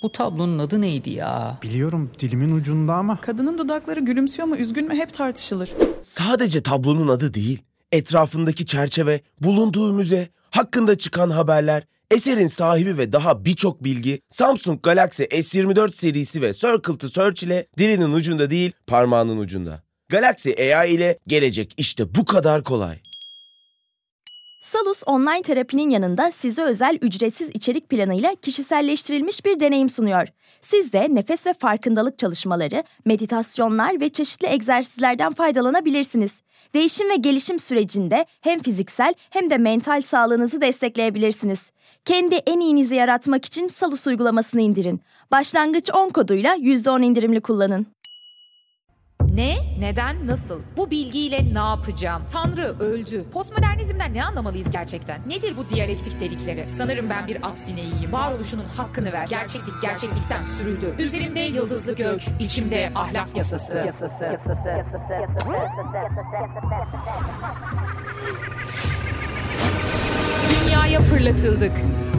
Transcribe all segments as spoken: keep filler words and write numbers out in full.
Bu tablonun adı neydi ya? Biliyorum, dilimin ucunda ama. Kadının dudakları gülümsüyor mu, üzgün mü hep tartışılır. Sadece tablonun adı değil, etrafındaki çerçeve, bulunduğu müze, hakkında çıkan haberler, eserin sahibi ve daha birçok bilgi Samsung Galaxy S yirmi dört serisi ve Circle to Search ile dilinin ucunda değil, parmağının ucunda. Galaxy A I ile gelecek işte bu kadar kolay. Salus online terapinin yanında size özel ücretsiz içerik planıyla kişiselleştirilmiş bir deneyim sunuyor. Siz de nefes ve farkındalık çalışmaları, meditasyonlar ve çeşitli egzersizlerden faydalanabilirsiniz. Değişim ve gelişim sürecinde hem fiziksel hem de mental sağlığınızı destekleyebilirsiniz. Kendi en iyinizi yaratmak için Salus uygulamasını indirin. Başlangıç on koduyla yüzde on indirimli kullanın. Ne? Neden? Nasıl? Bu bilgiyle ne yapacağım? Tanrı öldü. Postmodernizmden ne anlamalıyız gerçekten? Nedir bu diyalektik dedikleri? Sanırım ben bir at sineğiyim. Varoluşunun hakkını ver. Gerçeklik gerçeklikten sürüldü. Üzerimde yıldızlı gök, içimde ahlak yasası. Yasası. Yasası. Dünyaya fırlatıldık.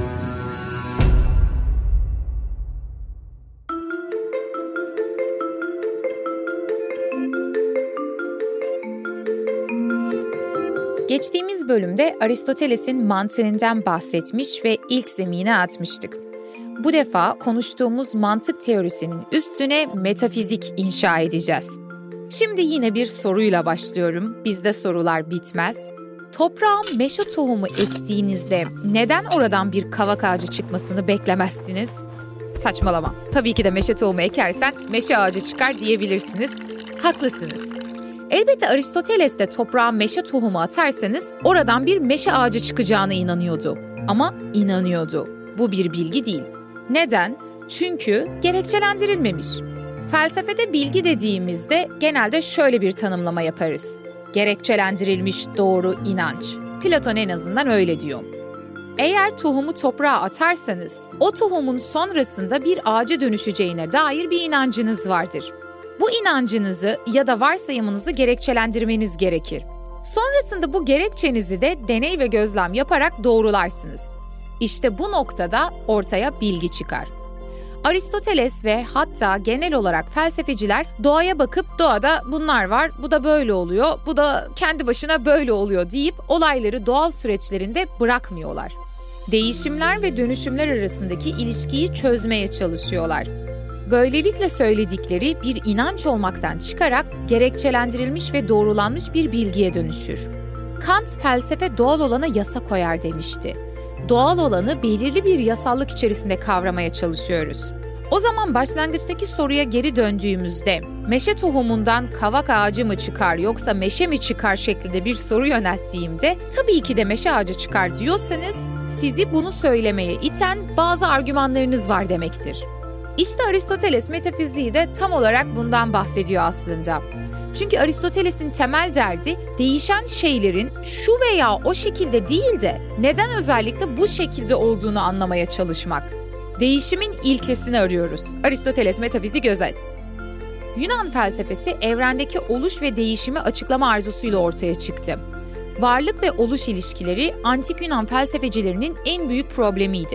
Geçtiğimiz bölümde Aristoteles'in mantığından bahsetmiş ve ilk zemine atmıştık. Bu defa konuştuğumuz mantık teorisinin üstüne metafizik inşa edeceğiz. Şimdi yine bir soruyla başlıyorum. Bizde sorular bitmez. Toprağa meşe tohumu ektiğinizde neden oradan bir kavak ağacı çıkmasını beklemezsiniz? Saçmalama. Tabii ki de meşe tohumu ekersen meşe ağacı çıkar diyebilirsiniz. Haklısınız. Elbette Aristoteles de toprağa meşe tohumu atarsanız oradan bir meşe ağacı çıkacağına inanıyordu. Ama inanıyordu. Bu bir bilgi değil. Neden? Çünkü gerekçelendirilmemiş. Felsefede bilgi dediğimizde genelde şöyle bir tanımlama yaparız. Gerekçelendirilmiş doğru inanç. Platon en azından öyle diyor. Eğer tohumu toprağa atarsanız, o tohumun sonrasında bir ağaca dönüşeceğine dair bir inancınız vardır. Bu inancınızı ya da varsayımınızı gerekçelendirmeniz gerekir. Sonrasında bu gerekçenizi de deney ve gözlem yaparak doğrularsınız. İşte bu noktada ortaya bilgi çıkar. Aristoteles ve hatta genel olarak felsefeciler doğaya bakıp doğada bunlar var, bu da böyle oluyor, bu da kendi başına böyle oluyor deyip olayları doğal süreçlerinde bırakmıyorlar. Değişimler ve dönüşümler arasındaki ilişkiyi çözmeye çalışıyorlar. Böylelikle söyledikleri bir inanç olmaktan çıkarak gerekçelendirilmiş ve doğrulanmış bir bilgiye dönüşür. Kant felsefe doğal olana yasa koyar demişti. Doğal olanı belirli bir yasallık içerisinde kavramaya çalışıyoruz. O zaman başlangıçtaki soruya geri döndüğümüzde meşe tohumundan kavak ağacı mı çıkar yoksa meşe mi çıkar şeklinde bir soru yönelttiğimde tabii ki de meşe ağacı çıkar diyorsanız sizi bunu söylemeye iten bazı argümanlarınız var demektir. İşte Aristoteles metafiziği de tam olarak bundan bahsediyor aslında. Çünkü Aristoteles'in temel derdi değişen şeylerin şu veya o şekilde değil de neden özellikle bu şekilde olduğunu anlamaya çalışmak. Değişimin ilkesini arıyoruz. Aristoteles metafizik özet. Yunan felsefesi evrendeki oluş ve değişimi açıklama arzusuyla ortaya çıktı. Varlık ve oluş ilişkileri antik Yunan felsefecilerinin en büyük problemiydi.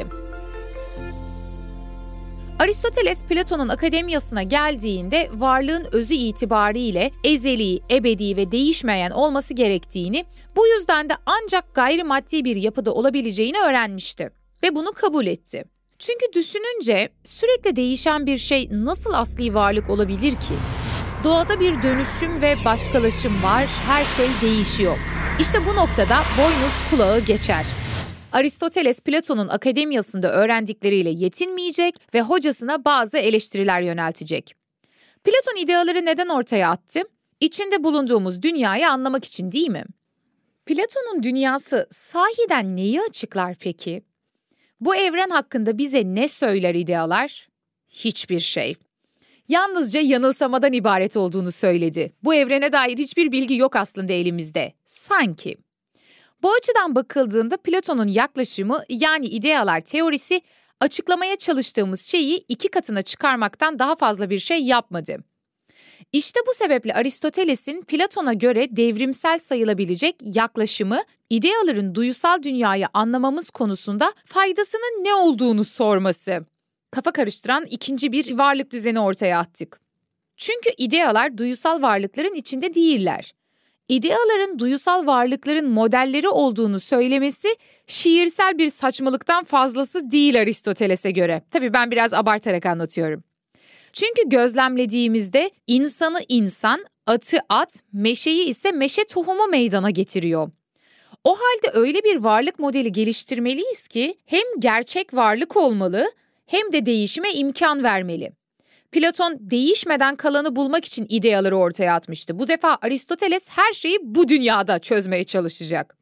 Aristoteles, Platon'un akademiyasına geldiğinde varlığın özü itibariyle ezeli, ebedi ve değişmeyen olması gerektiğini, bu yüzden de ancak gayrimaddi bir yapıda olabileceğini öğrenmişti ve bunu kabul etti. Çünkü düşününce sürekli değişen bir şey nasıl asli varlık olabilir ki? Doğada bir dönüşüm ve başkalaşım var, her şey değişiyor. İşte bu noktada boynuz kulağı geçer. Aristoteles, Platon'un akademiyasında öğrendikleriyle yetinmeyecek ve hocasına bazı eleştiriler yöneltecek. Platon ideaları neden ortaya attı? İçinde bulunduğumuz dünyayı anlamak için değil mi? Platon'un dünyası sahiden neyi açıklar peki? Bu evren hakkında bize ne söyler idealar? Hiçbir şey. Yalnızca yanılsamadan ibaret olduğunu söyledi. Bu evrene dair hiçbir bilgi yok aslında elimizde. Sanki. Bu açıdan bakıldığında Platon'un yaklaşımı yani idealar teorisi açıklamaya çalıştığımız şeyi iki katına çıkarmaktan daha fazla bir şey yapmadı. İşte bu sebeple Aristoteles'in Platon'a göre devrimsel sayılabilecek yaklaşımı ideaların duyusal dünyayı anlamamız konusunda faydasının ne olduğunu sorması. kafa karıştıran ikinci bir varlık düzeni ortaya attık. Çünkü idealar duyusal varlıkların içinde değiller. İdeaların duyusal varlıkların modelleri olduğunu söylemesi şiirsel bir saçmalıktan fazlası değil Aristoteles'e göre. Tabii ben biraz abartarak anlatıyorum. Çünkü gözlemlediğimizde insanı insan, atı at, meşeyi ise meşe tohumu meydana getiriyor. O halde öyle bir varlık modeli geliştirmeliyiz ki hem gerçek varlık olmalı hem de değişime imkan vermeli. Platon değişmeden kalanı bulmak için ideaları ortaya atmıştı. Bu defa Aristoteles her şeyi bu dünyada çözmeye çalışacak.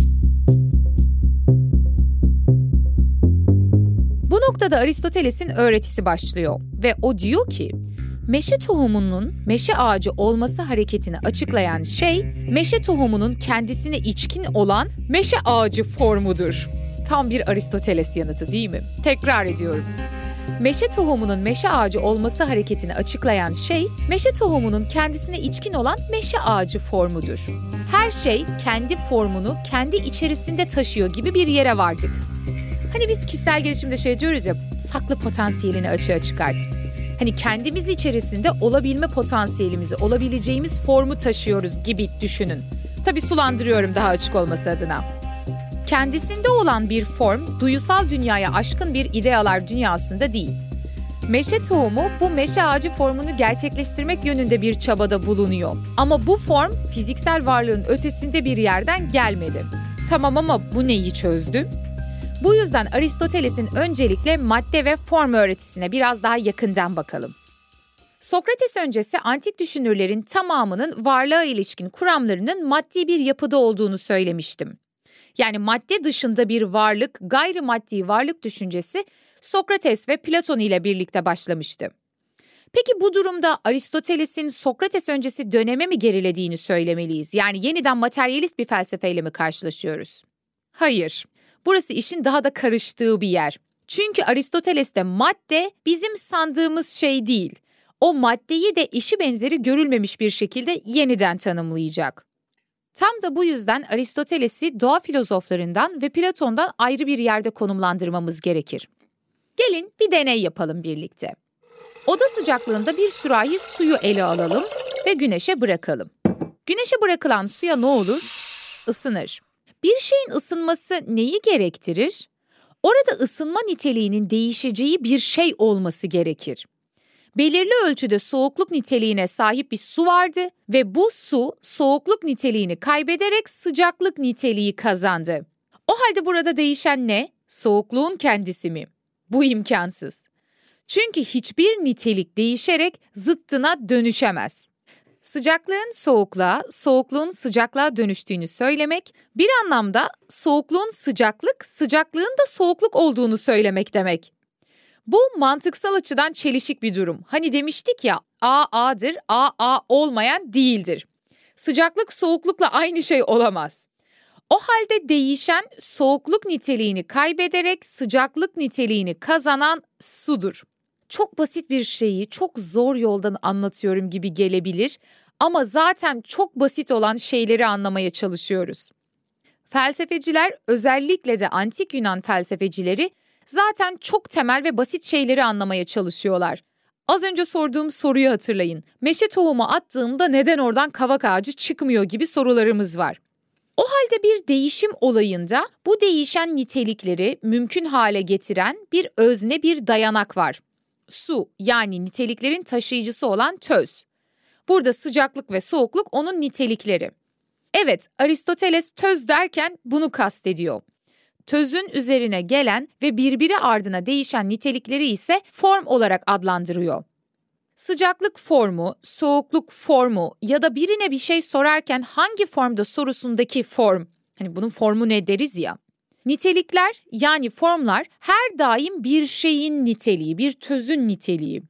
Bu noktada Aristoteles'in öğretisi başlıyor ve o diyor ki, meşe tohumunun meşe ağacı olması hareketini açıklayan şey, meşe tohumunun kendisine içkin olan meşe ağacı formudur. Tam bir Aristoteles yanıtı değil mi? Tekrar ediyorum. Meşe tohumunun meşe ağacı olması hareketini açıklayan şey, meşe tohumunun kendisine içkin olan meşe ağacı formudur. Her şey kendi formunu kendi içerisinde taşıyor gibi bir yere vardık. Hani biz kişisel gelişimde şey diyoruz ya, saklı potansiyelini açığa çıkart. Hani kendimiz içerisinde olabilme potansiyelimizi, olabileceğimiz formu taşıyoruz gibi düşünün. Tabii sulandırıyorum daha açık olması adına. Kendisinde olan bir form, duyusal dünyaya aşkın bir idealar dünyasında değil. Meşe tohumu bu meşe ağacı formunu gerçekleştirmek yönünde bir çabada bulunuyor. Ama bu form fiziksel varlığın ötesinde bir yerden gelmedi. Tamam ama bu neyi çözdü? Bu yüzden Aristoteles'in öncelikle madde ve form öğretisine biraz daha yakından bakalım. Sokrates öncesi antik düşünürlerin tamamının varlığa ilişkin kuramlarının maddi bir yapıda olduğunu söylemiştim. Yani madde dışında bir varlık, gayrimaddi varlık düşüncesi Sokrates ve Platon ile birlikte başlamıştı. Peki bu durumda Aristoteles'in Sokrates öncesi döneme mi gerilediğini söylemeliyiz? Yani yeniden materyalist bir felsefeyle mi karşılaşıyoruz? Hayır. Burası işin daha da karıştığı bir yer. Çünkü Aristoteles'te madde bizim sandığımız şey değil. O maddeyi de eşi benzeri görülmemiş bir şekilde yeniden tanımlayacak. Tam da bu yüzden Aristoteles'i doğa filozoflarından ve Platon'dan ayrı bir yerde konumlandırmamız gerekir. Gelin bir deney yapalım birlikte. Oda sıcaklığında bir sürahi suyu ele alalım ve güneşe bırakalım. Güneşe bırakılan suya ne olur? Isınır. Bir şeyin ısınması neyi gerektirir? Orada ısınma niteliğinin değişeceği bir şey olması gerekir. Belirli ölçüde soğukluk niteliğine sahip bir su vardı ve bu su soğukluk niteliğini kaybederek sıcaklık niteliği kazandı. O halde burada değişen ne? Soğukluğun kendisi mi? Bu imkansız. Çünkü hiçbir nitelik değişerek zıttına dönüşemez. Sıcaklığın soğukluğa, soğukluğun sıcaklığa dönüştüğünü söylemek, bir anlamda soğukluğun sıcaklık, sıcaklığın da soğukluk olduğunu söylemek demek. Bu mantıksal açıdan çelişik bir durum. Hani demiştik ya, A A'dır, A A olmayan değildir. Sıcaklık soğuklukla aynı şey olamaz. O halde değişen soğukluk niteliğini kaybederek sıcaklık niteliğini kazanan sudur. Çok basit bir şeyi çok zor yoldan anlatıyorum gibi gelebilir ama zaten çok basit olan şeyleri anlamaya çalışıyoruz. Felsefeciler, özellikle de antik Yunan felsefecileri zaten çok temel ve basit şeyleri anlamaya çalışıyorlar. Az önce sorduğum soruyu hatırlayın. Meşe tohumu attığımda neden oradan kavak ağacı çıkmıyor gibi sorularımız var. O halde bir değişim olayında bu değişen nitelikleri mümkün hale getiren bir özne, bir dayanak var. Su, yani niteliklerin taşıyıcısı olan töz. Burada sıcaklık ve soğukluk onun nitelikleri. Evet, Aristoteles töz derken bunu kastediyor. Tözün üzerine gelen ve birbiri ardına değişen nitelikleri ise form olarak adlandırıyor. Sıcaklık formu, soğukluk formu ya da birine bir şey sorarken hangi formda sorusundaki form, hani bunun formu ne deriz ya. Nitelikler, yani formlar her daim bir şeyin niteliği, bir tözün niteliği.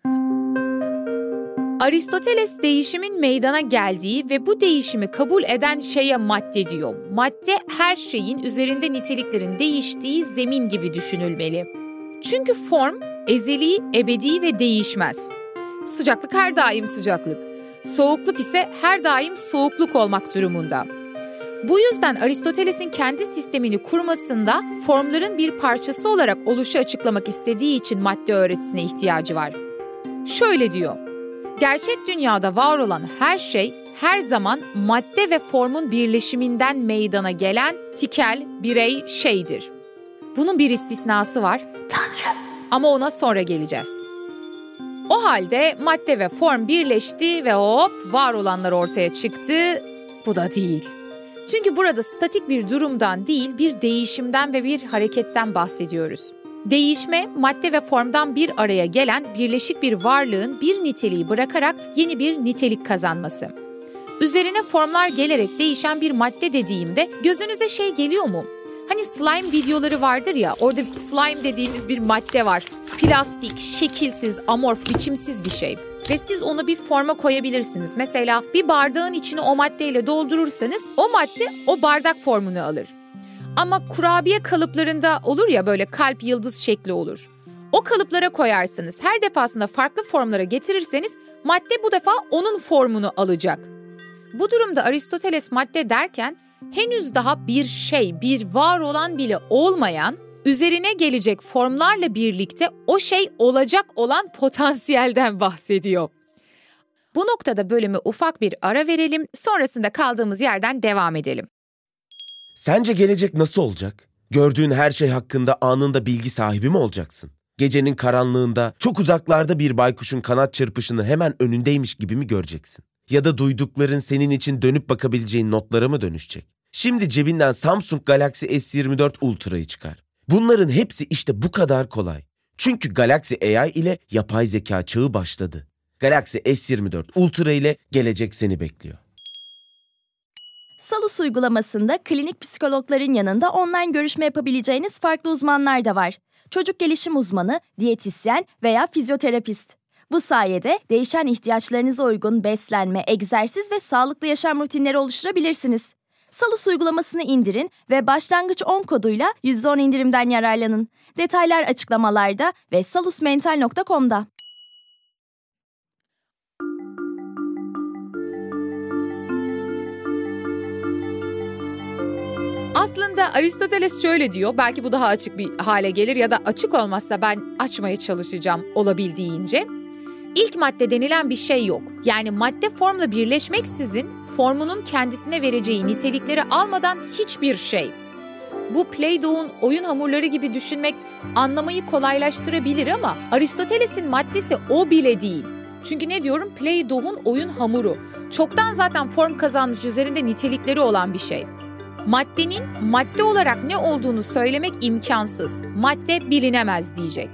Aristoteles değişimin meydana geldiği ve bu değişimi kabul eden şeye madde diyor. Madde her şeyin üzerinde niteliklerin değiştiği zemin gibi düşünülmeli. Çünkü form ezeli, ebedi ve değişmez. Sıcaklık her daim sıcaklık. Soğukluk ise her daim soğukluk olmak durumunda. Bu yüzden Aristoteles'in kendi sistemini kurmasında formların bir parçası olarak oluşu açıklamak istediği için madde öğretisine ihtiyacı var. Şöyle diyor: gerçek dünyada var olan her şey her zaman madde ve formun birleşiminden meydana gelen tikel, birey, şeydir. Bunun bir istisnası var, Tanrı. Ama ona sonra geleceğiz. O halde madde ve form birleşti ve hop var olanlar ortaya çıktı. Bu da değil. Çünkü burada statik bir durumdan değil, bir değişimden ve bir hareketten bahsediyoruz. Değişme, madde ve formdan bir araya gelen birleşik bir varlığın bir niteliği bırakarak yeni bir nitelik kazanması. Üzerine formlar gelerek değişen bir madde dediğimde gözünüze şey geliyor mu? Hani slime videoları vardır ya, orada slime dediğimiz bir madde var. Plastik, şekilsiz, amorf, biçimsiz bir şey. Ve siz onu bir forma koyabilirsiniz. Mesela bir bardağın içini o maddeyle doldurursanız o madde o bardak formunu alır. Ama kurabiye kalıplarında olur ya, böyle kalp yıldız şekli olur. O kalıplara koyarsınız. Her defasında farklı formlara getirirseniz madde bu defa onun formunu alacak. Bu durumda Aristoteles madde derken henüz daha bir şey, bir var olan bile olmayan, üzerine gelecek formlarla birlikte o şey olacak olan potansiyelden bahsediyor. Bu noktada bölümü ufak bir ara verelim, sonrasında kaldığımız yerden devam edelim. Sence gelecek nasıl olacak? Gördüğün her şey hakkında anında bilgi sahibi mi olacaksın? Gecenin karanlığında çok uzaklarda bir baykuşun kanat çırpışını hemen önündeymiş gibi mi göreceksin? Ya da duydukların senin için dönüp bakabileceğin notlara mı dönüşecek? Şimdi cebinden Samsung Galaxy S yirmi dört Ultra'yı çıkar. Bunların hepsi işte bu kadar kolay. Çünkü Galaxy A I ile yapay zeka çağı başladı. Galaxy S yirmi dört Ultra ile gelecek seni bekliyor. Salus uygulamasında klinik psikologların yanında online görüşme yapabileceğiniz farklı uzmanlar da var. Çocuk gelişim uzmanı, diyetisyen veya fizyoterapist. Bu sayede değişen ihtiyaçlarınıza uygun beslenme, egzersiz ve sağlıklı yaşam rutinleri oluşturabilirsiniz. Salus uygulamasını indirin ve başlangıç on koduyla yüzde on indirimden yararlanın. Detaylar açıklamalarda ve salusmental nokta com'da. Aslında Aristoteles şöyle diyor, belki bu daha açık bir hale gelir ya da açık olmazsa ben açmaya çalışacağım olabildiğince. İlk madde denilen bir şey yok. Yani madde formla birleşmeksizin formunun kendisine vereceği nitelikleri almadan hiçbir şey. Bu Play-Doh'un oyun hamurları gibi düşünmek anlamayı kolaylaştırabilir ama Aristoteles'in maddesi o bile değil. Çünkü ne diyorum? Play-Doh'un oyun hamuru. Çoktan zaten form kazanmış, üzerinde nitelikleri olan bir şey. Maddenin madde olarak ne olduğunu söylemek imkansız. Madde bilinemez diyecek.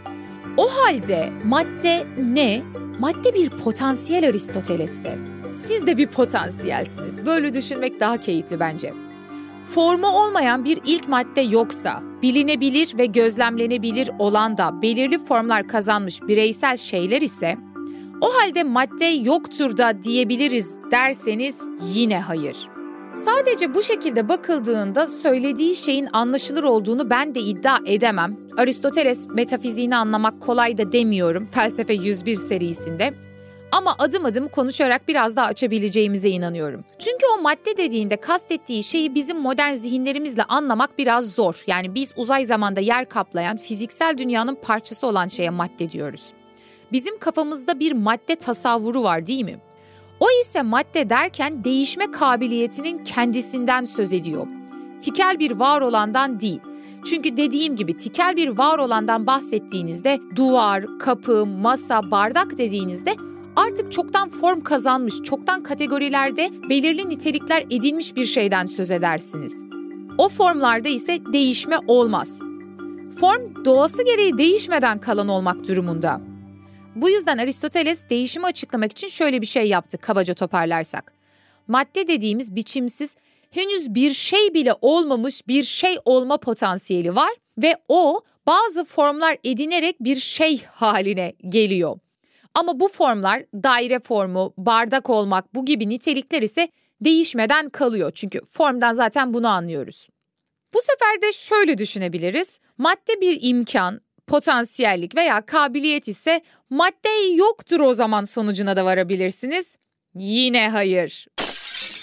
O halde madde ne? Madde bir potansiyel Aristoteles'te. Siz de bir potansiyelsiniz. Böyle düşünmek daha keyifli bence. Formu olmayan bir ilk madde yoksa, bilinebilir ve gözlemlenebilir olan da belirli formlar kazanmış bireysel şeyler ise, o halde madde yoktur da diyebiliriz derseniz yine hayır. Sadece bu şekilde bakıldığında söylediği şeyin anlaşılır olduğunu ben de iddia edemem. Aristoteles metafiziğini anlamak kolay da demiyorum Felsefe yüz bir serisinde. Ama adım adım konuşarak biraz daha açabileceğimize inanıyorum. Çünkü o madde dediğinde kastettiği şeyi bizim modern zihinlerimizle anlamak biraz zor. Yani biz uzay zamanda yer kaplayan fiziksel dünyanın parçası olan şeye madde diyoruz. Bizim kafamızda bir madde tasavvuru var değil mi? O ise madde derken değişme kabiliyetinin kendisinden söz ediyor. Tikel bir var olandan değil. Çünkü dediğim gibi tikel bir var olandan bahsettiğinizde duvar, kapı, masa, bardak dediğinizde artık çoktan form kazanmış, çoktan kategorilerde belirli nitelikler edinmiş bir şeyden söz edersiniz. O formlarda ise değişme olmaz. Form doğası gereği değişmeden kalan olmak durumunda. Bu yüzden Aristoteles değişimi açıklamak için şöyle bir şey yaptı kabaca toparlarsak. Madde dediğimiz biçimsiz, henüz bir şey bile olmamış bir şey olma potansiyeli var ve o bazı formlar edinerek bir şey haline geliyor. Ama bu formlar daire formu, bardak olmak bu gibi nitelikler ise değişmeden kalıyor. Çünkü formdan zaten bunu anlıyoruz. Bu sefer de şöyle düşünebiliriz. Madde bir imkan, potansiyellik veya kabiliyet ise madde yoktur o zaman sonucuna da varabilirsiniz. Yine hayır.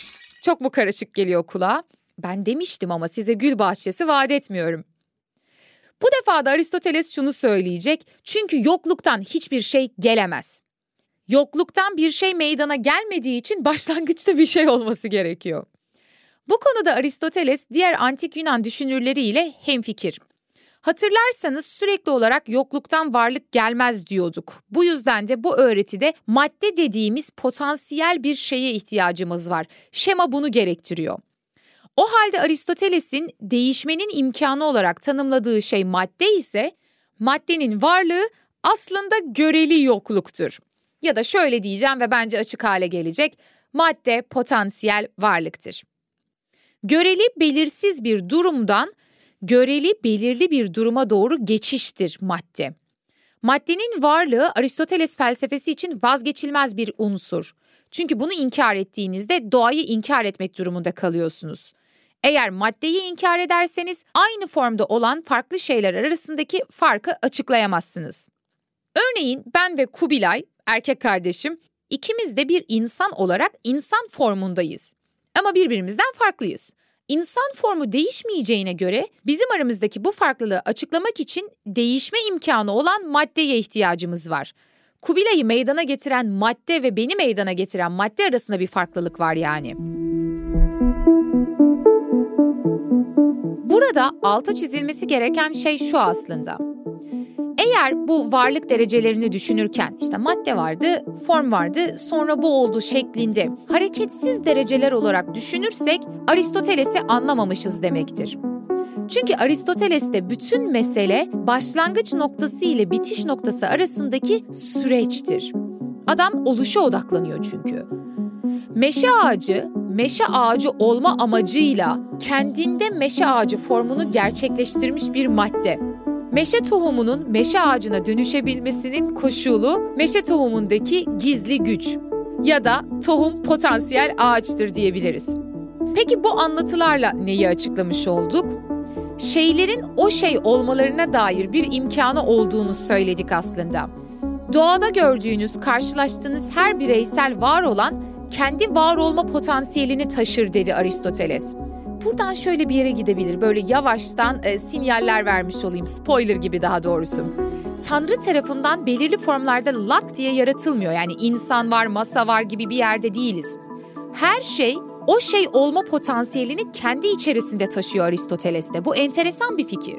Çok mu karışık geliyor kulağa? Ben demiştim ama size gül bahçesi vaat etmiyorum. Bu defa da Aristoteles şunu söyleyecek. Çünkü yokluktan hiçbir şey gelemez. Yokluktan bir şey meydana gelmediği için başlangıçta bir şey olması gerekiyor. Bu konuda Aristoteles diğer antik Yunan düşünürleriyle hemfikir. Hatırlarsanız sürekli olarak yokluktan varlık gelmez diyorduk. Bu yüzden de bu öğretide madde dediğimiz potansiyel bir şeye ihtiyacımız var. Şema bunu gerektiriyor. O halde Aristoteles'in değişmenin imkanı olarak tanımladığı şey madde ise maddenin varlığı aslında göreli yokluktur. Ya da şöyle diyeceğim ve bence açık hale gelecek. Madde potansiyel varlıktır. Göreli belirsiz bir durumdan göreli belirli bir duruma doğru geçiştir madde. Maddenin varlığı Aristoteles felsefesi için vazgeçilmez bir unsur. Çünkü bunu inkar ettiğinizde doğayı inkar etmek durumunda kalıyorsunuz. Eğer maddeyi inkar ederseniz aynı formda olan farklı şeyler arasındaki farkı açıklayamazsınız. Örneğin ben ve Kubilay, erkek kardeşim, ikimiz de bir insan olarak insan formundayız. Ama birbirimizden farklıyız. İnsan formu değişmeyeceğine göre bizim aramızdaki bu farklılığı açıklamak için değişme imkanı olan maddeye ihtiyacımız var. Kubilay'ı meydana getiren madde ve beni meydana getiren madde arasında bir farklılık var yani. Burada altı çizilmesi gereken şey şu aslında. Eğer bu varlık derecelerini düşünürken işte madde vardı, form vardı, sonra bu oldu şeklinde hareketsiz dereceler olarak düşünürsek Aristoteles'i anlamamışız demektir. Çünkü Aristoteles'te bütün mesele başlangıç noktası ile bitiş noktası arasındaki süreçtir. Adam oluşa odaklanıyor çünkü. Meşe ağacı, meşe ağacı olma amacıyla kendinde meşe ağacı formunu gerçekleştirmiş bir madde. Meşe tohumunun meşe ağacına dönüşebilmesinin koşulu meşe tohumundaki gizli güç ya da tohum potansiyel ağaçtır diyebiliriz. Peki bu anlatılarla neyi açıklamış olduk? Şeylerin o şey olmalarına dair bir imkanı olduğunu söyledik aslında. Doğada gördüğünüz, karşılaştığınız her bireysel var olan kendi var olma potansiyelini taşır dedi Aristoteles. Buradan şöyle bir yere gidebilir, böyle yavaştan e, sinyaller vermiş olayım, spoiler gibi daha doğrusu. Tanrı tarafından belirli formlarda lak diye yaratılmıyor, yani insan var, masa var gibi bir yerde değiliz. Her şey o şey olma potansiyelini kendi içerisinde taşıyor Aristoteles'te. Bu enteresan bir fikir.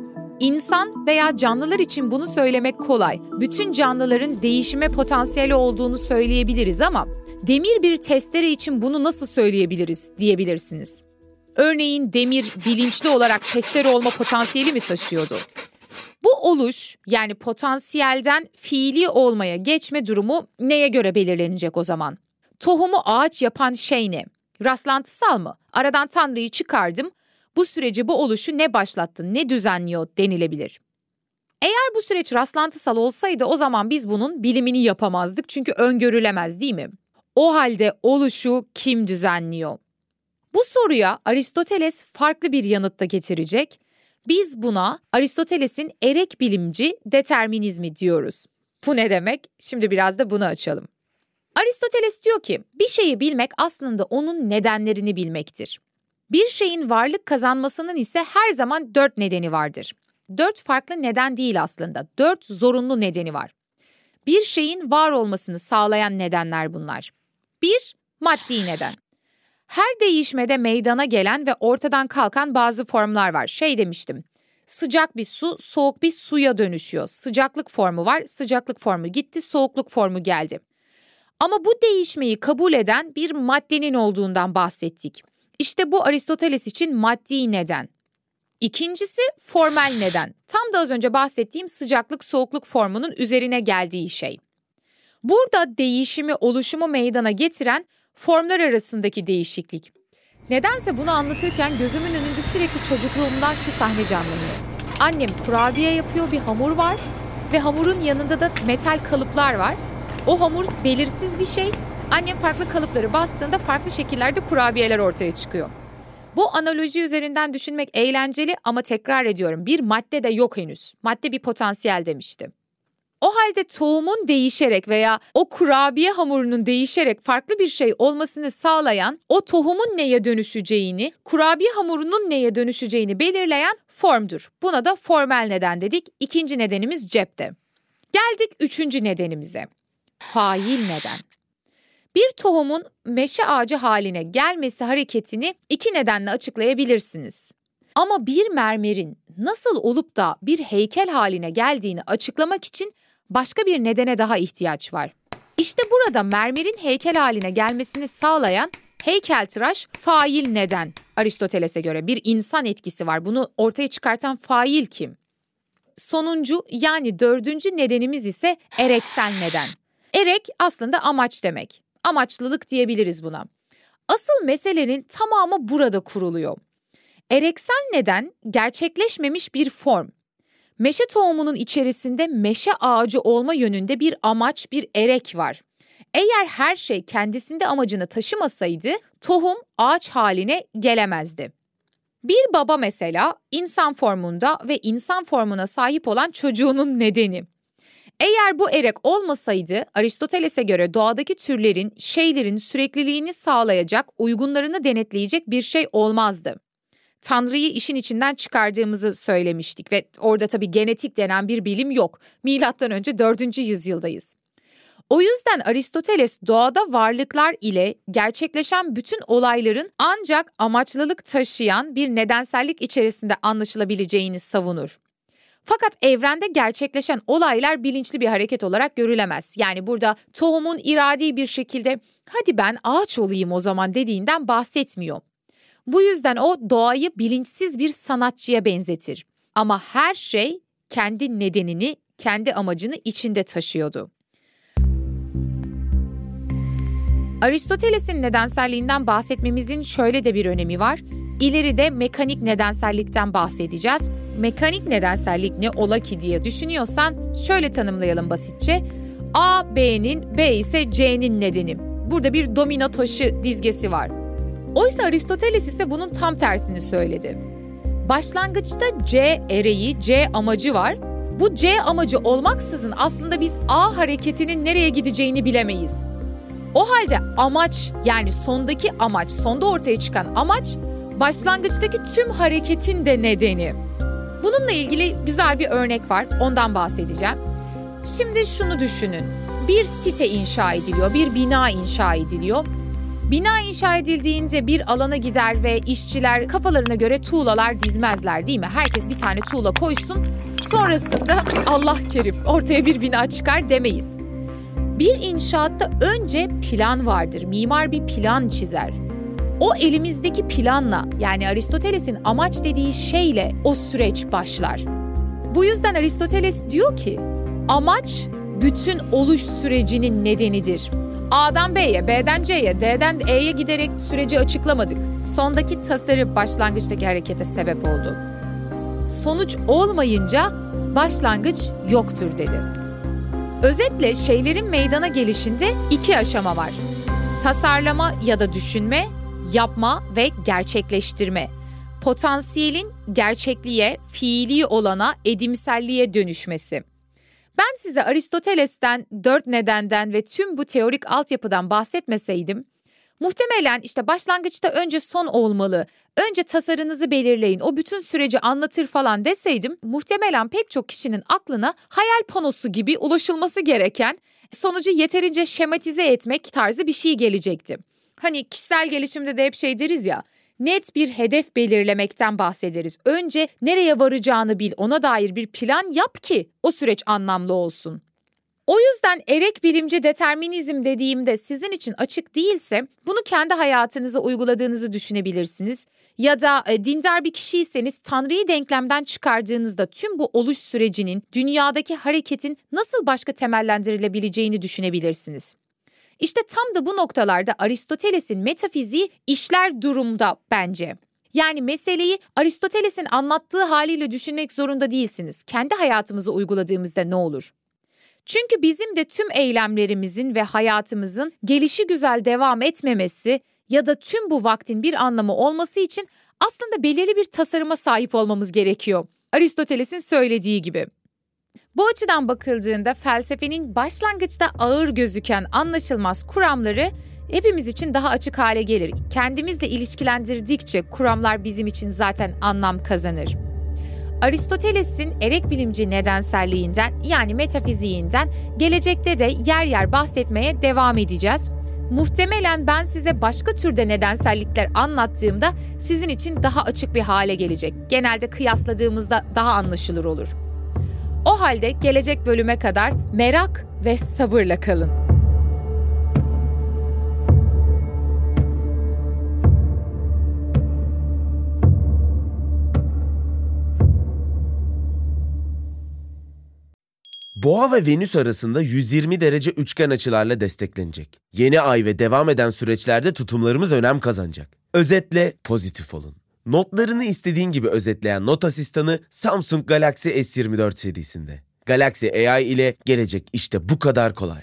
İnsan veya canlılar için bunu söylemek kolay. Bütün canlıların değişime potansiyeli olduğunu söyleyebiliriz ama demir bir testere için bunu nasıl söyleyebiliriz diyebilirsiniz. Örneğin demir bilinçli olarak testere olma potansiyeli mi taşıyordu? Bu oluş, yani potansiyelden fiili olmaya geçme durumu neye göre belirlenecek o zaman? Tohumu ağaç yapan şey ne? Rastlantısal mı? Aradan Tanrı'yı çıkardım, bu süreci, bu oluşu ne başlattı, ne düzenliyor denilebilir. Eğer bu süreç rastlantısal olsaydı o zaman biz bunun bilimini yapamazdık çünkü öngörülemez değil mi? O halde oluşu kim düzenliyor? Bu soruya Aristoteles farklı bir yanıt da getirecek. Biz buna Aristoteles'in erek bilimci determinizmi diyoruz. Bu ne demek? Şimdi biraz da bunu açalım. Aristoteles diyor ki bir şeyi bilmek aslında onun nedenlerini bilmektir. Bir şeyin varlık kazanmasının ise her zaman dört nedeni vardır. Dört farklı neden değil aslında, dört zorunlu nedeni var. Bir şeyin var olmasını sağlayan nedenler bunlar. Bir, maddi neden. Her değişmede meydana gelen ve ortadan kalkan bazı formlar var. Şey demiştim, sıcak bir su, soğuk bir suya dönüşüyor. Sıcaklık formu var, sıcaklık formu gitti, soğukluk formu geldi. Ama bu değişmeyi kabul eden bir maddenin olduğundan bahsettik. İşte bu Aristoteles için maddi neden. İkincisi formel neden. Tam da az önce bahsettiğim sıcaklık soğukluk formunun üzerine geldiği şey. Burada değişimi, oluşumu meydana getiren formlar arasındaki değişiklik. Nedense bunu anlatırken gözümün önünde sürekli çocukluğumdan şu sahne canlanıyor. Annem kurabiye yapıyor, bir hamur var ve hamurun yanında da metal kalıplar var. O hamur belirsiz bir şey. Annem farklı kalıpları bastığında farklı şekillerde kurabiyeler ortaya çıkıyor. Bu analoji üzerinden düşünmek eğlenceli ama tekrar ediyorum, bir madde de yok henüz. Madde bir potansiyel demişti. O halde tohumun değişerek veya o kurabiye hamurunun değişerek farklı bir şey olmasını sağlayan, o tohumun neye dönüşeceğini, kurabiye hamurunun neye dönüşeceğini belirleyen formdur. Buna da formel neden dedik. İkinci nedenimiz cepte. Geldik üçüncü nedenimize. Fail neden. Bir tohumun meşe ağacı haline gelmesi hareketini iki nedenle açıklayabilirsiniz. Ama bir mermerin nasıl olup da bir heykel haline geldiğini açıklamak için başka bir nedene daha ihtiyaç var. İşte burada mermerin heykel haline gelmesini sağlayan heykeltıraş fail neden. Aristoteles'e göre bir insan etkisi var. Bunu ortaya çıkartan fail kim? Sonuncu yani dördüncü nedenimiz ise ereksel neden. Erek aslında amaç demek. Amaçlılık diyebiliriz buna. Asıl meselenin tamamı burada kuruluyor. Ereksel neden gerçekleşmemiş bir form. Meşe tohumunun içerisinde meşe ağacı olma yönünde bir amaç, bir erek var. Eğer her şey kendisinde amacını taşımasaydı tohum ağaç haline gelemezdi. Bir baba mesela insan formunda ve insan formuna sahip olan çocuğunun nedeni. Eğer bu erek olmasaydı Aristoteles'e göre doğadaki türlerin, şeylerin sürekliliğini sağlayacak, uygunlarını denetleyecek bir şey olmazdı. Tanrı'yı işin içinden çıkardığımızı söylemiştik ve orada tabii genetik denen bir bilim yok. Milattan önce dördüncü yüzyıldayız. O yüzden Aristoteles doğada varlıklar ile gerçekleşen bütün olayların ancak amaçlılık taşıyan bir nedensellik içerisinde anlaşılabileceğini savunur. Fakat evrende gerçekleşen olaylar bilinçli bir hareket olarak görülemez. Yani burada tohumun iradi bir şekilde hadi ben ağaç olayım o zaman dediğinden bahsetmiyor. Bu yüzden o doğayı bilinçsiz bir sanatçıya benzetir. Ama her şey kendi nedenini, kendi amacını içinde taşıyordu. Aristoteles'in nedenselliğinden bahsetmemizin şöyle de bir önemi var. İleride mekanik nedensellikten bahsedeceğiz. Mekanik nedensellik ne ola ki diye düşünüyorsan şöyle tanımlayalım basitçe. A, B'nin, B ise C'nin nedeni. Burada bir domino taşı dizgesi var. Oysa Aristoteles ise bunun tam tersini söyledi. Başlangıçta C ereği, C amacı var. Bu C amacı olmaksızın aslında biz A hareketinin nereye gideceğini bilemeyiz. O halde amaç yani sondaki amaç, sonda ortaya çıkan amaç başlangıçtaki tüm hareketin de nedeni. Bununla ilgili güzel bir örnek var, ondan bahsedeceğim. Şimdi şunu düşünün, bir site inşa ediliyor, bir bina inşa ediliyor. Bina inşa edildiğinde bir alana gider ve işçiler kafalarına göre tuğlalar dizmezler değil mi? Herkes bir tane tuğla koysun, sonrasında Allah kerim ortaya bir bina çıkar demeyiz. Bir inşaatta önce plan vardır, mimar bir plan çizer. O elimizdeki planla yani Aristoteles'in amaç dediği şeyle o süreç başlar. Bu yüzden Aristoteles diyor ki amaç bütün oluş sürecinin nedenidir. A'dan B'ye, B'den C'ye, D'den E'ye giderek süreci açıklamadık. Sondaki tasarı başlangıçtaki harekete sebep oldu. Sonuç olmayınca başlangıç yoktur dedi. Özetle şeylerin meydana gelişinde iki aşama var. Tasarlama ya da düşünme, yapma ve gerçekleştirme. Potansiyelin gerçekliğe, fiili olana, edimselliğe dönüşmesi. Ben size Aristoteles'ten, dört nedenden ve tüm bu teorik altyapıdan bahsetmeseydim, muhtemelen işte başlangıçta önce son olmalı, önce tasarınızı belirleyin, o bütün süreci anlatır falan deseydim, muhtemelen pek çok kişinin aklına hayal panosu gibi ulaşılması gereken, sonucu yeterince şematize etmek tarzı bir şey gelecekti. Hani kişisel gelişimde de hep şey deriz ya, net bir hedef belirlemekten bahsederiz. Önce nereye varacağını bil, ona dair bir plan yap ki o süreç anlamlı olsun. O yüzden erek bilimci determinizm dediğimde sizin için açık değilse bunu kendi hayatınıza uyguladığınızı düşünebilirsiniz. Ya da e, dindar bir kişiyseniz Tanrı'yı denklemden çıkardığınızda tüm bu oluş sürecinin, dünyadaki hareketin nasıl başka temellendirilebileceğini düşünebilirsiniz. İşte tam da bu noktalarda Aristoteles'in metafiziği işler durumda bence. Yani meseleyi Aristoteles'in anlattığı haliyle düşünmek zorunda değilsiniz. Kendi hayatımıza uyguladığımızda ne olur? Çünkü bizim de tüm eylemlerimizin ve hayatımızın gelişigüzel devam etmemesi ya da tüm bu vaktin bir anlamı olması için aslında belirli bir tasarıma sahip olmamız gerekiyor. Aristoteles'in söylediği gibi. Bu açıdan bakıldığında felsefenin başlangıçta ağır gözüken anlaşılmaz kuramları hepimiz için daha açık hale gelir. Kendimizle ilişkilendirdikçe kuramlar bizim için zaten anlam kazanır. Aristoteles'in erek bilimci nedenselliğinden yani metafiziğinden gelecekte de yer yer bahsetmeye devam edeceğiz. Muhtemelen ben size başka türde nedensellikler anlattığımda sizin için daha açık bir hale gelecek. Genelde kıyasladığımızda daha anlaşılır olur. O halde gelecek bölüme kadar merak ve sabırla kalın. Boğa ve Venüs arasında yüz yirmi derece üçgen açılarla desteklenecek. Yeni ay ve devam eden süreçlerde tutumlarımız önem kazanacak. Özetle pozitif olun. Notlarını istediğin gibi özetleyen not asistanı Samsung Galaxy S yirmi dört serisinde. Galaxy A I ile gelecek işte bu kadar kolay.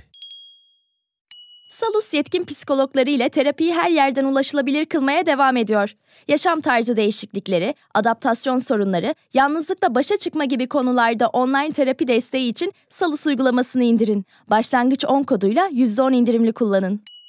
Salus yetkin psikologları ile terapiyi her yerden ulaşılabilir kılmaya devam ediyor. Yaşam tarzı değişiklikleri, adaptasyon sorunları, yalnızlıkla başa çıkma gibi konularda online terapi desteği için Salus uygulamasını indirin. Başlangıç on koduyla yüzde on indirimli kullanın.